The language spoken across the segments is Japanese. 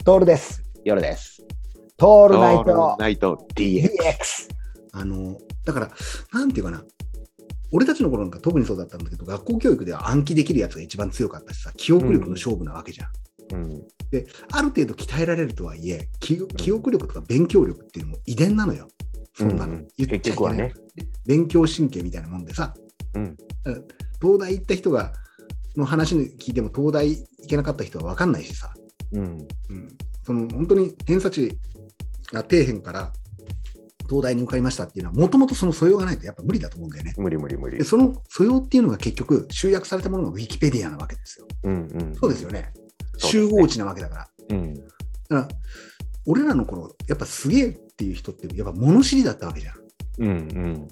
トールです。 夜です。 トールナイオールトナイト DX。 DX。だから、なんていうかな、俺たちの頃なんか特にそうだったんだけど、学校教育では暗記できるやつが一番強かったしさ、記憶力の勝負なわけじゃん。 うん。 で、ある程度鍛えられるとはいえ、記憶力とか勉強力っていうのも遺伝なのよ。そんなの。言っちゃいけない。 結局はね。 勉強神経みたいなもんでさ、 うん。 東大行った人が、の話聞いても東大行けなかった人は分かんないしさ、本当に偏差値が底辺から東大に受かりましたっていうのはもともとその素養がないとやっぱ無理だと思うんだよね。 無理。 でその素養っていうのが結局集約されたものがウィキペディアなわけですよ。そうですよね。集合値なわけだから。だから俺らの頃やっぱすげえっていう人ってやっぱ物知りだったわけじゃん。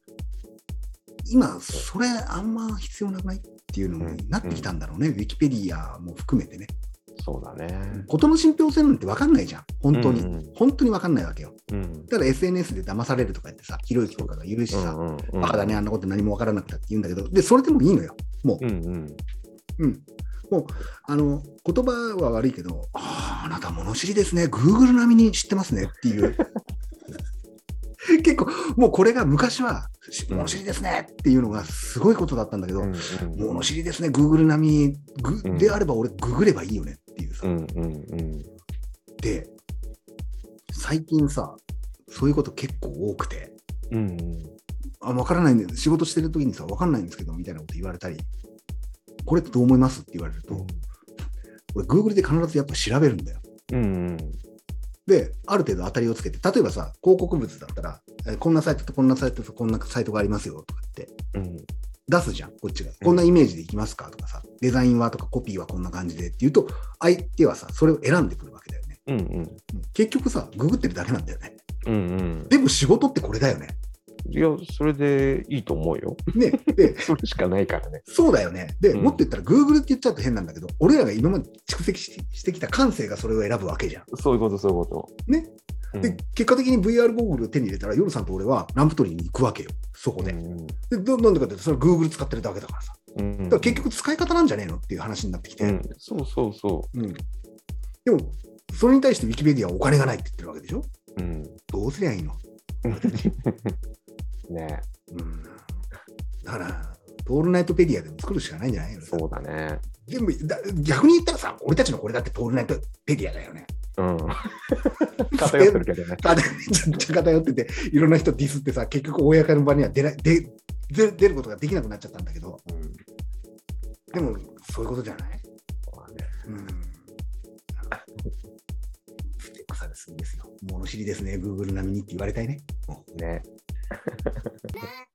今それあんま必要なくないっていうのになってきたんだろうね。ウィキペディアも含めてね。 そうだね。 事の信憑性なんて分かんないじゃん。本当に。本当に分かんないわけよ。ただ SNS で騙されるとか言ってさ、ひろゆきとかが言うしさ、バカだね、あんなこと何も分からなくたって言うんだけど、で、それでもいいのよ。もう。もう、言葉は悪いけど、あなた物知りですね。Google 並みに知ってますねっていう。結構、もうこれが昔は、物知りですねっていうのがすごいことだったんだけど、物知りですね、Google 並みであれば俺、ググればいいよねっていうさ。で、最近さ、そういうこと結構多くて、分からないんで、仕事してる時にさ、分かんないんですけどみたいなこと言われたり、これってどう思いますって言われると、俺、Google で必ずやっぱ調べるんだよ。で、ある程度当たりをつけて、例えばさ、広告物だったら、こんなサイトとこんなサイトとこんなサイトがありますよとかって出すじゃん、こっちが。こんなイメージでいきますかとかさ、デザインはとかコピーはこんな感じでって言うと、相手はさ、それを選んでくるわけだよね。結局さ、ググってるだけなんだよね。でも仕事ってこれだよね。 いや、それでいいと思うよ。 ね、で、 それしかないからね。 そうだよね。で、もっと言ったら Google って言っちゃうと変なんだけど、俺らが今まで蓄積してきた感性がそれを選ぶわけじゃん。 そういうこと。 ね。で、結果的に VR ゴーグルを手に入れたら、夜さんと俺はランプ取りに行くわけよ、そこで。で、なんでかっていうと、それは Google 使ってるだけだからさ。だから結局使い方なんじゃねえのっていう話になってきて。 そう。 でも、それに対して Wikipedia はお金がないって言ってるわけでしょ。どうすりゃいいのね。 だから、トールナイトペディアでも作るしかないんじゃないの。 そうだね。 でも逆に言ったらさ、俺たちのこれだってトールナイトペディアだよね。 偏ってるけどね。 めちゃくちゃ偏ってて、いろんな人ディスってさ、結局、公の場には出ることができなくなっちゃったんだけど、でも、そういうことじゃない？ふてくさですんですよ。物知りですね、Google 並みにって言われたいね。 ね。